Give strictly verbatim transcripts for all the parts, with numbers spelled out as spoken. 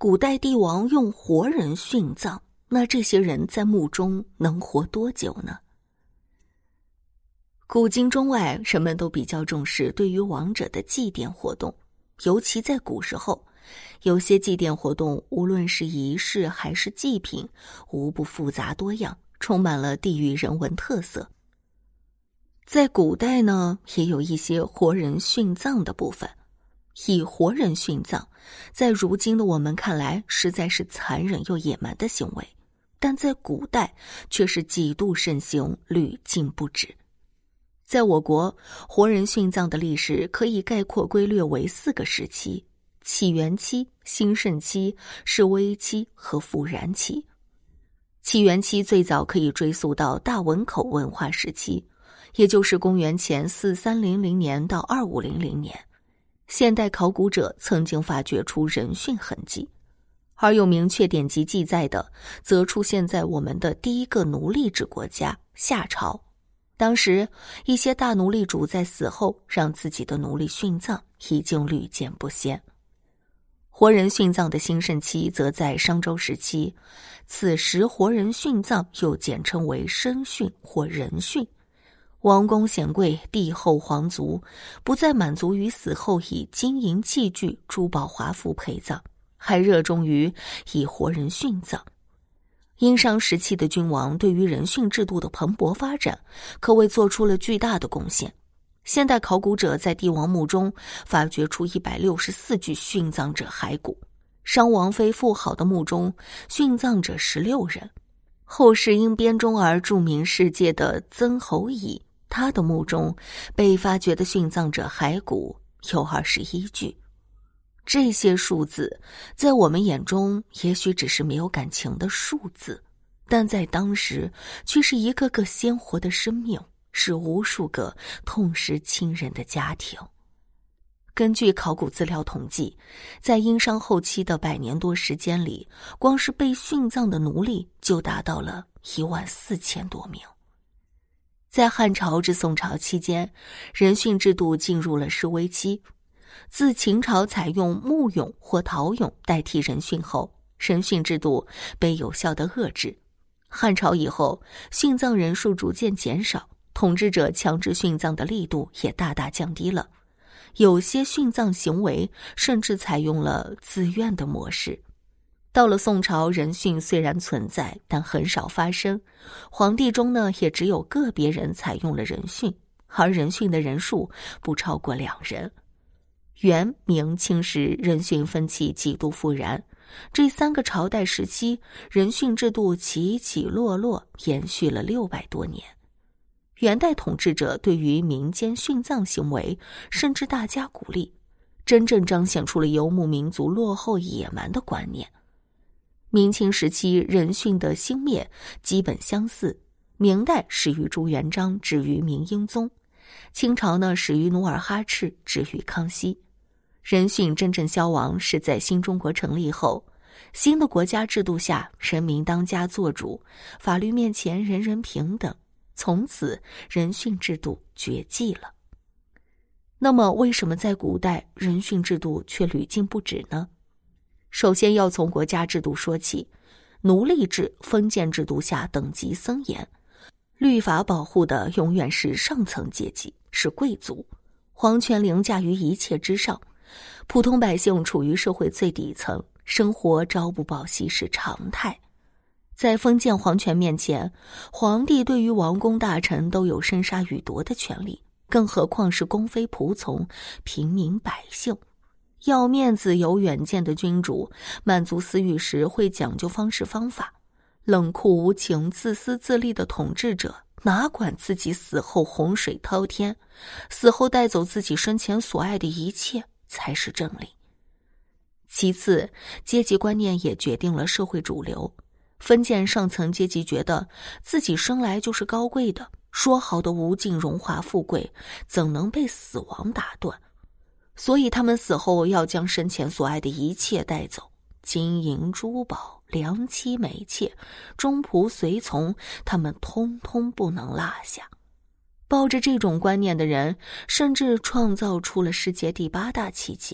古代帝王用活人殉葬，那这些人在墓中能活多久呢？古今中外，人们都比较重视对于亡者的祭奠活动，尤其在古时候，有些祭奠活动无论是仪式还是祭品，无不复杂多样，充满了地域人文特色。在古代呢，也有一些活人殉葬的部分。以活人殉葬，在如今的我们看来实在是残忍又野蛮的行为，但在古代却是几度盛行，屡禁不止。在我国，活人殉葬的历史可以概括归略为四个时期：起源期、兴盛期、式微期和复燃期。起源期最早可以追溯到大汶口文化时期，也就是公元前四三零零年到二五零零年。现代考古者曾经发掘出人殉痕迹，而有明确典籍记载的，则出现在我们的第一个奴隶制国家夏朝。当时，一些大奴隶主在死后让自己的奴隶殉葬，已经屡见不鲜。活人殉葬的兴盛期则在商周时期，此时活人殉葬又简称为身殉或人殉。王公显贵、帝后皇族不再满足于死后以金银器具、珠宝华服陪葬，还热衷于以活人殉葬。殷商时期的君王对于人殉制度的蓬勃发展，可谓做出了巨大的贡献。现代考古者在帝王墓中发掘出一百六十四具殉葬者骸骨，商王妃妇好的墓中殉葬者十六人。后世因编钟而著名世界的曾侯乙，他的墓中被发掘的殉葬者骸骨有二十一具。这些数字在我们眼中也许只是没有感情的数字，但在当时却是一个个鲜活的生命，是无数个痛失亲人的家庭。根据考古资料统计，在殷商后期的百年多时间里，光是被殉葬的奴隶就达到了一万四千多名。在汉朝至宋朝期间，人殉制度进入了式微期。自秦朝采用木俑或陶俑代替人殉后，人殉制度被有效地遏制。汉朝以后，殉葬人数逐渐减少，统治者强制殉葬的力度也大大降低了。有些殉葬行为甚至采用了自愿的模式。到了宋朝，人殉虽然存在，但很少发生。皇帝中呢，也只有个别人采用了人殉，而人殉的人数不超过两人。元、明、清时，人殉风气几度复燃。这三个朝代时期，人殉制度起起落落，延续了六百多年。元代统治者对于民间殉葬行为甚至大加鼓励，真正彰显出了游牧民族落后野蛮的观念。明清时期人殉的兴灭基本相似，明代始于朱元璋，止于明英宗；清朝呢始于努尔哈赤，止于康熙。人殉真正消亡是在新中国成立后，新的国家制度下，人民当家作主，法律面前人人平等，从此人殉制度绝迹了。那么为什么在古代人殉制度却屡禁不止呢？首先要从国家制度说起，奴隶制、封建制度下等级森严，律法保护的永远是上层阶级，是贵族，皇权凌驾于一切之上，普通百姓处于社会最底层，生活朝不保夕是常态。在封建皇权面前，皇帝对于王公大臣都有生杀予夺的权利，更何况是宫妃仆从、平民百姓。要面子有远见的君主，满足私欲时会讲究方式方法；冷酷无情、自私自利的统治者，哪管自己死后洪水滔天，死后带走自己生前所爱的一切才是真理。其次，阶级观念也决定了社会主流。封建上层阶级觉得自己生来就是高贵的，说好的无尽荣华富贵，怎能被死亡打断？所以他们死后要将生前所爱的一切带走，金银珠宝、良妻美妾、忠仆随从，他们通通不能落下。抱着这种观念的人，甚至创造出了世界第八大奇迹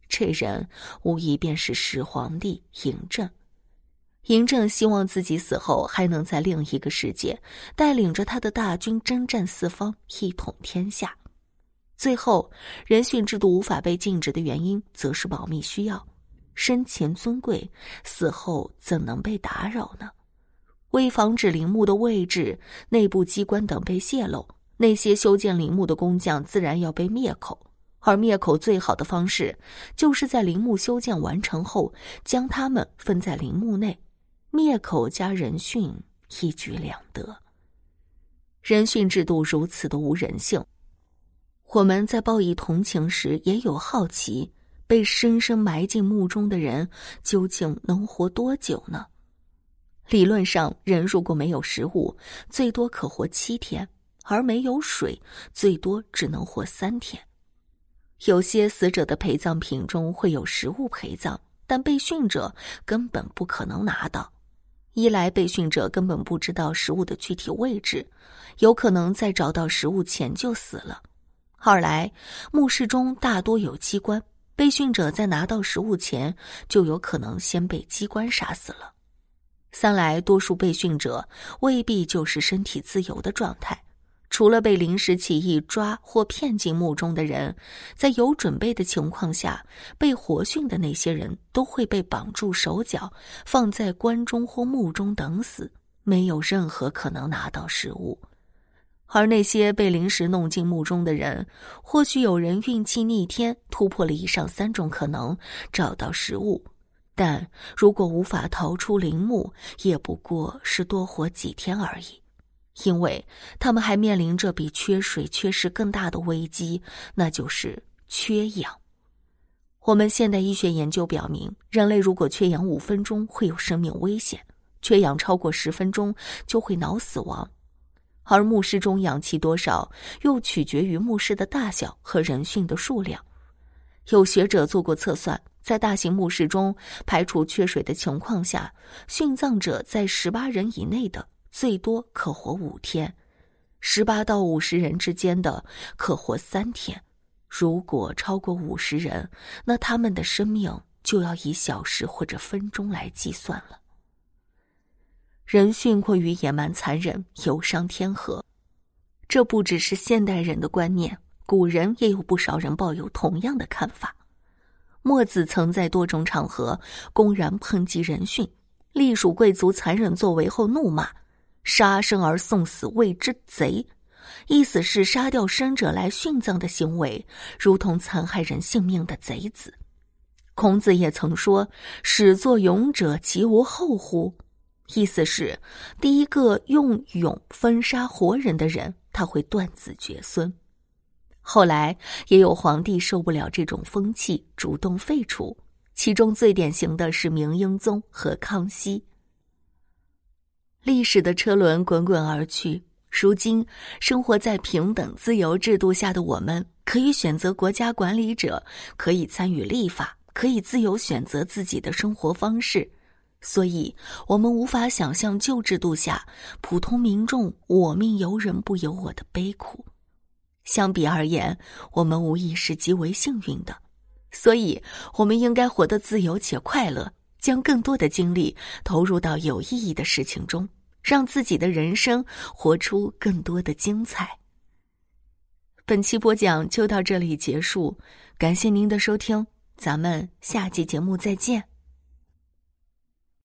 这人无疑便是始皇帝嬴政。嬴政希望自己死后还能在另一个世界带领着他的大军征战四方，一统天下。最后，人殉制度无法被禁止的原因则是保密需要，生前尊贵，死后怎能被打扰呢？为防止陵墓的位置、内部机关等被泄露，那些修建陵墓的工匠自然要被灭口。而灭口最好的方式，就是在陵墓修建完成后，将它们分在陵墓内，灭口加人殉，一举两得。人殉制度如此的无人性，我们在报以同情时也有好奇，被深深埋进墓中的人究竟能活多久呢？理论上，人如果没有食物，最多可活七天，而没有水，最多只能活三天。有些死者的陪葬品中会有食物陪葬，但被殉者根本不可能拿到。一来被殉者根本不知道食物的具体位置，有可能在找到食物前就死了；二来墓室中大多有机关，被殉者在拿到食物前就有可能先被机关杀死了；三来多数被殉者未必就是身体自由的状态，除了被临时起意抓或骗进墓中的人，在有准备的情况下，被活殉的那些人都会被绑住手脚，放在棺中或墓中等死，没有任何可能拿到食物。而那些被临时弄进墓中的人，或许有人运气逆天，突破了以上三种可能，找到食物，但如果无法逃出陵墓，也不过是多活几天而已。因为他们还面临着比缺水缺食更大的危机，那就是缺氧。我们现代医学研究表明，人类如果缺氧五分钟会有生命危险，缺氧超过十分钟就会脑死亡。而墓室中氧气多少又取决于墓室的大小和人殉的数量。有学者做过测算，在大型墓室中排除缺水的情况下，殉葬者在十八人以内的最多可活五天，十八到五十人之间的可活三天，如果超过五十人，那他们的生命就要以小时或者分钟来计算了。人殉过于野蛮残忍，有伤天和，这不只是现代人的观念，古人也有不少人抱有同样的看法。墨子曾在多种场合公然抨击人殉，隶属贵族残忍作为后怒骂，杀生而送死谓之贼，意思是杀掉生者来殉葬的行为如同残害人性命的贼子。孔子也曾说，始作俑者其无后乎，意思是第一个用俑分杀活人的人，他会断子绝孙。后来也有皇帝受不了这种风气，主动废除，其中最典型的是明英宗和康熙。历史的车轮滚滚而去，如今生活在平等自由制度下的我们，可以选择国家管理者，可以参与立法，可以自由选择自己的生活方式，所以我们无法想象旧制度下普通民众我命由人不由我的悲苦。相比而言，我们无疑是极为幸运的，所以我们应该活得自由且快乐，将更多的精力投入到有意义的事情中，让自己的人生活出更多的精彩。本期播讲就到这里结束，感谢您的收听，咱们下期节目再见。